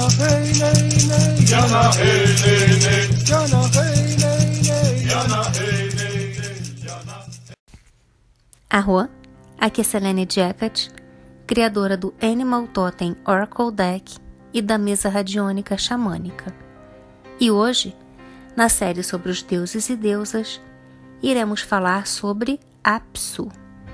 Arro, aqui é Selene Jacket, criadora do Animal Totem Oracle Deck e da mesa radiônica xamânica. E hoje, na série sobre os deuses e deusas, iremos falar sobre Apsu.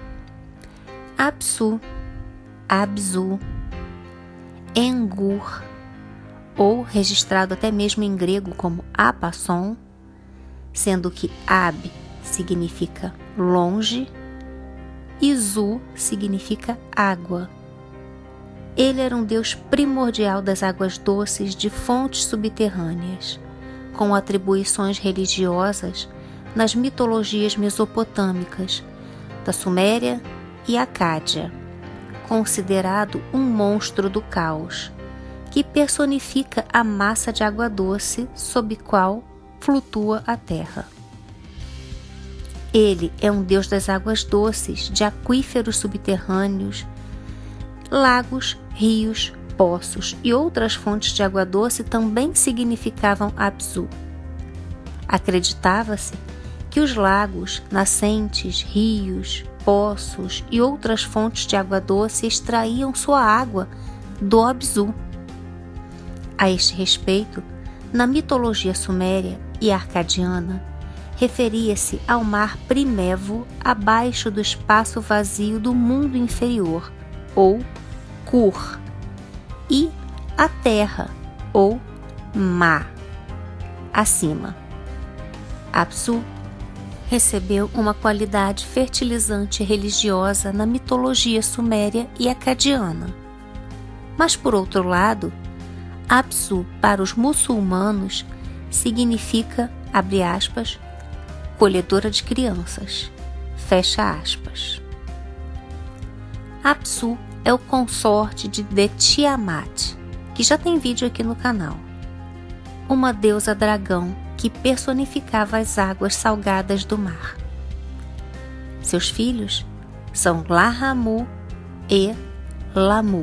Apsu, Abzu, Engur, ou registrado até mesmo em grego como Apasson, sendo que Ab significa longe e Zu significa água. Ele era um deus primordial das águas doces de fontes subterrâneas, com atribuições religiosas nas mitologias mesopotâmicas, da Suméria e Acádia, considerado um monstro do caos, que personifica a massa de água doce sob qual flutua a terra. Ele é um deus das águas doces, de aquíferos subterrâneos, lagos, rios, poços e outras fontes de água doce também significavam Apsu. Acreditava-se que os lagos, nascentes, rios, poços e outras fontes de água doce extraíam sua água do Apsu. A este respeito, na mitologia suméria e arcadiana, referia-se ao mar primevo abaixo do espaço vazio do mundo inferior, ou Kur, e a terra, ou Ma, acima. Apsu recebeu uma qualidade fertilizante religiosa na mitologia suméria e acadiana. Mas, por outro lado, Apsu para os muçulmanos significa, abre aspas, colhedora de crianças, fecha aspas. Apsu é o consorte de Tiamat, que já tem vídeo aqui no canal, uma deusa dragão que personificava as águas salgadas do mar. Seus filhos são Lahamu e Lamu.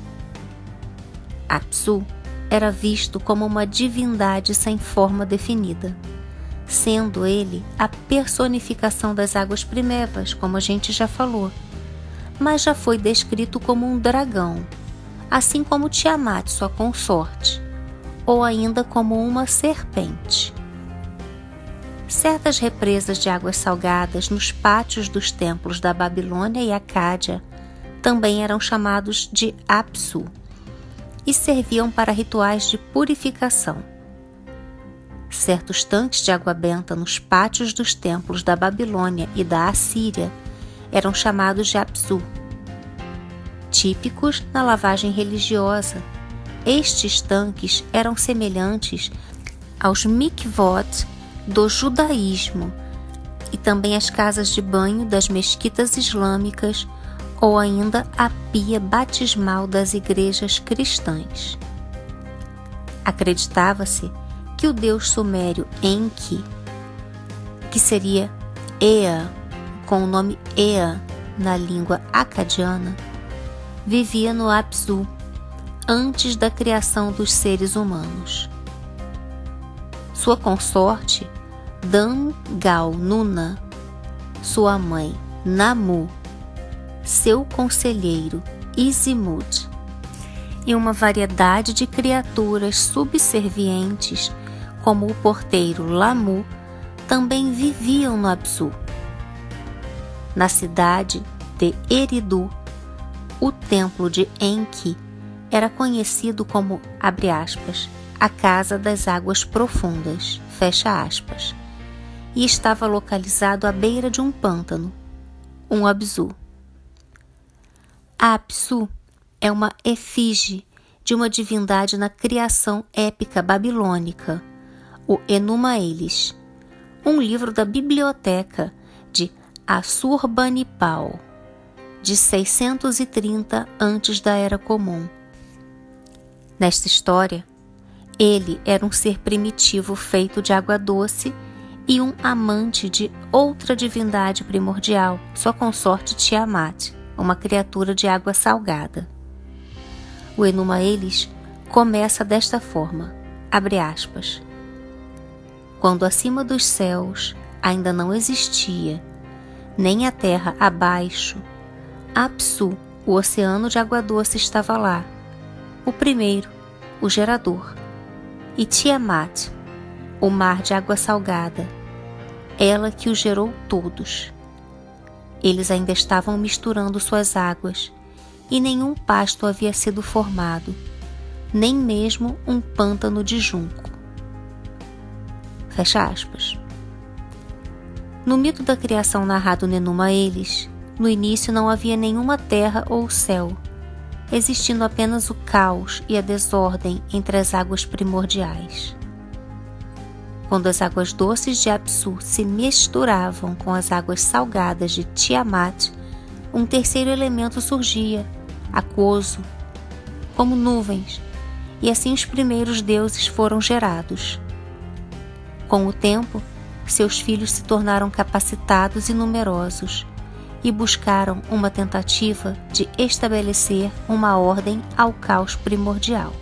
Apsu era visto como uma divindade sem forma definida, sendo ele a personificação das águas primevas, como a gente já falou, mas já foi descrito como um dragão, assim como Tiamat, sua consorte, ou ainda como uma serpente. Certas represas de águas salgadas nos pátios dos templos da Babilônia e Acádia também eram chamados de Apsu e serviam para rituais de purificação. Certos tanques de água benta nos pátios dos templos da Babilônia e da Assíria eram chamados de Apsu. Típicos na lavagem religiosa, estes tanques eram semelhantes aos mikvot do judaísmo e também às casas de banho das mesquitas islâmicas ou ainda a pia batismal das igrejas cristãs. Acreditava-se que o deus sumério Enki, que seria Ea, com o nome Ea na língua acadiana, vivia no Apsu antes da criação dos seres humanos. Sua consorte, Dan-gal-nuna, sua mãe, Namu, seu conselheiro, Izimud, e uma variedade de criaturas subservientes, como o porteiro Lamu, também viviam no Apsu. Na cidade de Eridu, o templo de Enki era conhecido como, abre aspas, a Casa das Águas Profundas, fecha aspas, e estava localizado à beira de um pântano, um Abzu. A Apsu é uma efígie de uma divindade na criação épica babilônica, o Enuma Elis, um livro da biblioteca de Assurbanipal, de 630 antes da Era Comum. Nesta história, ele era um ser primitivo feito de água doce e um amante de outra divindade primordial, sua consorte Tiamat, uma criatura de água salgada. O Enuma Elis começa desta forma, abre aspas, quando acima dos céus ainda não existia, nem a terra abaixo, Apsu, o oceano de água doce, estava lá, o primeiro, o gerador, e Tiamat, o mar de água salgada, ela que os gerou todos. Eles ainda estavam misturando suas águas, e nenhum pasto havia sido formado, nem mesmo um pântano de junco. Fecha aspas. No mito da criação narrado no Enuma Elish, no início não havia nenhuma terra ou céu, existindo apenas o caos e a desordem entre as águas primordiais. Quando as águas doces de Apsu se misturavam com as águas salgadas de Tiamat, um terceiro elemento surgia, aquoso, como nuvens, e assim os primeiros deuses foram gerados. Com o tempo, seus filhos se tornaram capacitados e numerosos, e buscaram uma tentativa de estabelecer uma ordem ao caos primordial.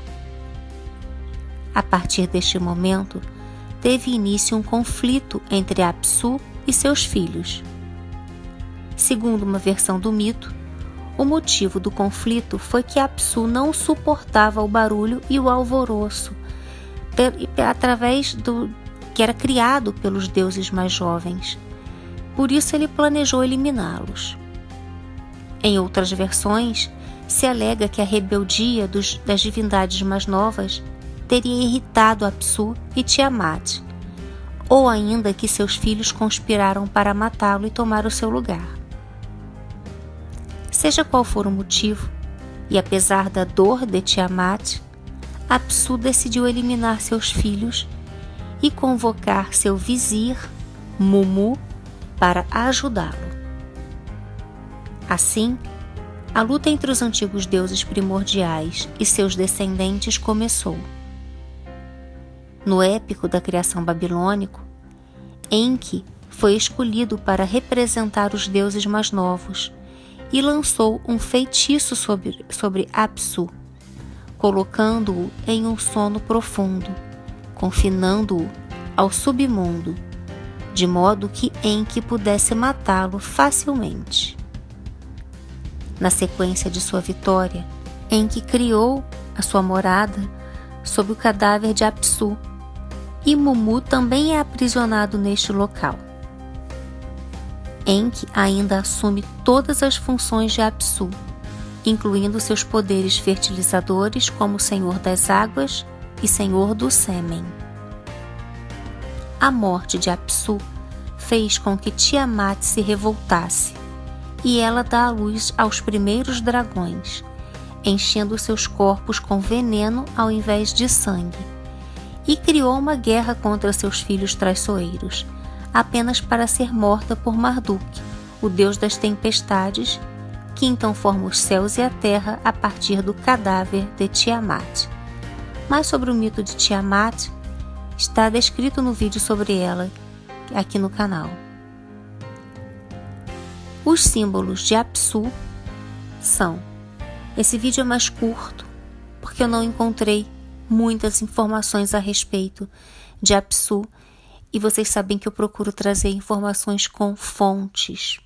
A partir deste momento, teve início um conflito entre Apsu e seus filhos. Segundo uma versão do mito, o motivo do conflito foi que Apsu não suportava o barulho e o alvoroço que era criado pelos deuses mais jovens. Por isso ele planejou eliminá-los. Em outras versões, se alega que a rebeldia das divindades mais novas teria irritado Apsu e Tiamat, ou ainda que seus filhos conspiraram para matá-lo e tomar o seu lugar. Seja qual for o motivo, e apesar da dor de Tiamat, Apsu decidiu eliminar seus filhos e convocar seu vizir, Mumu, para ajudá-lo. Assim, a luta entre os antigos deuses primordiais e seus descendentes começou. No épico da criação babilônico, Enki foi escolhido para representar os deuses mais novos e lançou um feitiço sobre Apsu, colocando-o em um sono profundo, confinando-o ao submundo, de modo que Enki pudesse matá-lo facilmente. Na sequência de sua vitória, Enki criou a sua morada sob o cadáver de Apsu, e Mumu também é aprisionado neste local. Enki ainda assume todas as funções de Apsu, incluindo seus poderes fertilizadores como Senhor das Águas e Senhor do Sêmen. A morte de Apsu fez com que Tiamat se revoltasse, e ela dá à luz aos primeiros dragões, enchendo seus corpos com veneno ao invés de sangue, e criou uma guerra contra seus filhos traiçoeiros, apenas para ser morta por Marduk, o deus das tempestades, que então forma os céus e a terra a partir do cadáver de Tiamat. Mais sobre o mito de Tiamat está descrito no vídeo sobre ela, aqui no canal. Os símbolos de Apsu são... Esse vídeo é mais curto, porque eu não encontrei muitas informações a respeito de Apsu, e vocês sabem que eu procuro trazer informações com fontes.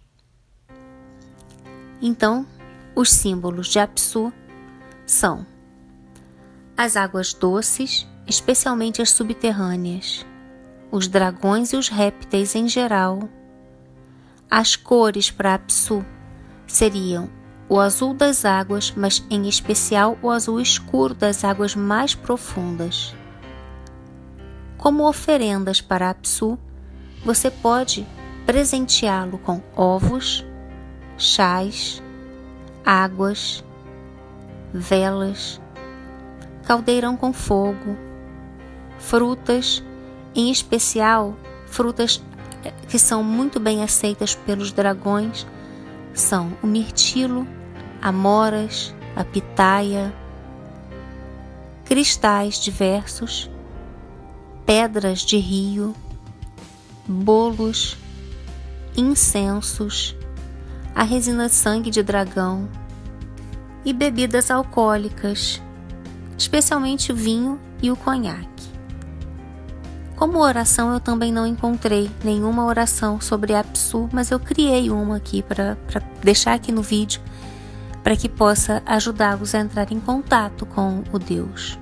Então, os símbolos de Apsu são as águas doces, especialmente as subterrâneas, os dragões e os répteis em geral. As cores para Apsu seriam o azul das águas, mas em especial o azul escuro das águas mais profundas. Como oferendas para Apsu, você pode presenteá-lo com ovos, chás, águas, velas, caldeirão com fogo, frutas, em especial frutas que são muito bem aceitas pelos dragões, são o mirtilo, amoras, a pitaia, cristais diversos, pedras de rio, bolos, incensos, a resina sangue de dragão e bebidas alcoólicas, especialmente o vinho e o conhaque. Como oração, eu também não encontrei nenhuma oração sobre Apsu, mas eu criei uma aqui para deixar aqui no vídeo, para que possa ajudá-los a entrar em contato com o Deus.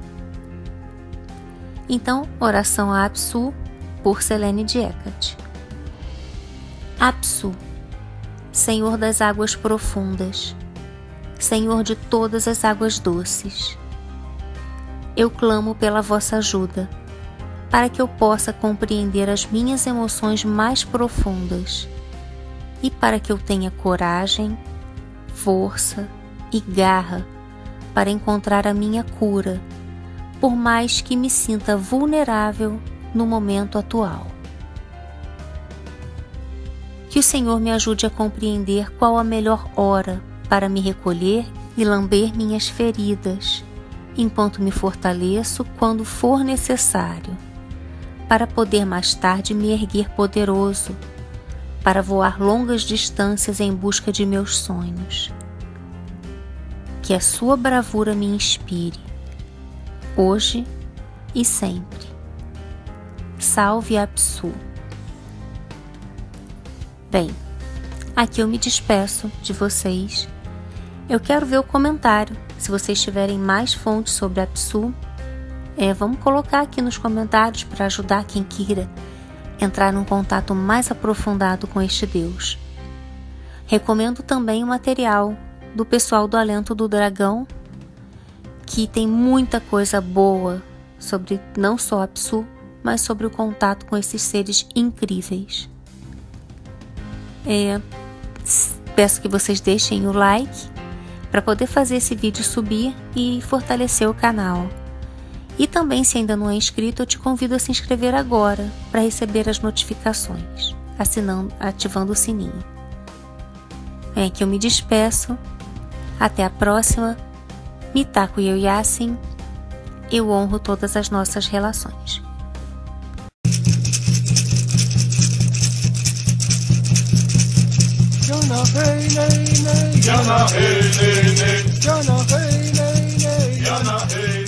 Então, oração a Apsu, por Selene de Hecate. Apsu, Senhor das águas profundas, Senhor de todas as águas doces, eu clamo pela vossa ajuda, para que eu possa compreender as minhas emoções mais profundas e para que eu tenha coragem, força e garra para encontrar a minha cura, por mais que me sinta vulnerável no momento atual. Que o Senhor me ajude a compreender qual a melhor hora para me recolher e lamber minhas feridas, enquanto me fortaleço quando for necessário, para poder mais tarde me erguer poderoso, para voar longas distâncias em busca de meus sonhos. Que a sua bravura me inspire, hoje e sempre. Salve Apsu. Bem, aqui eu me despeço de vocês. Eu quero ver o comentário. Se vocês tiverem mais fontes sobre Apsu, vamos colocar aqui nos comentários para ajudar quem queira entrar num contato mais aprofundado com este Deus. Recomendo também o material do pessoal do Alento do Dragão, que tem muita coisa boa sobre não só Apsu, mas sobre o contato com esses seres incríveis. Peço que vocês deixem o like para poder fazer esse vídeo subir e fortalecer o canal. E também, se ainda não é inscrito, eu te convido a se inscrever agora para receber as notificações, ativando o sininho. Aqui eu me despeço. Até a próxima. Mitaku Yasin. Eu honro todas as nossas relações. Jana hey nay nay, Jana hey nay nay, Jana hey nay nay, Jana hey.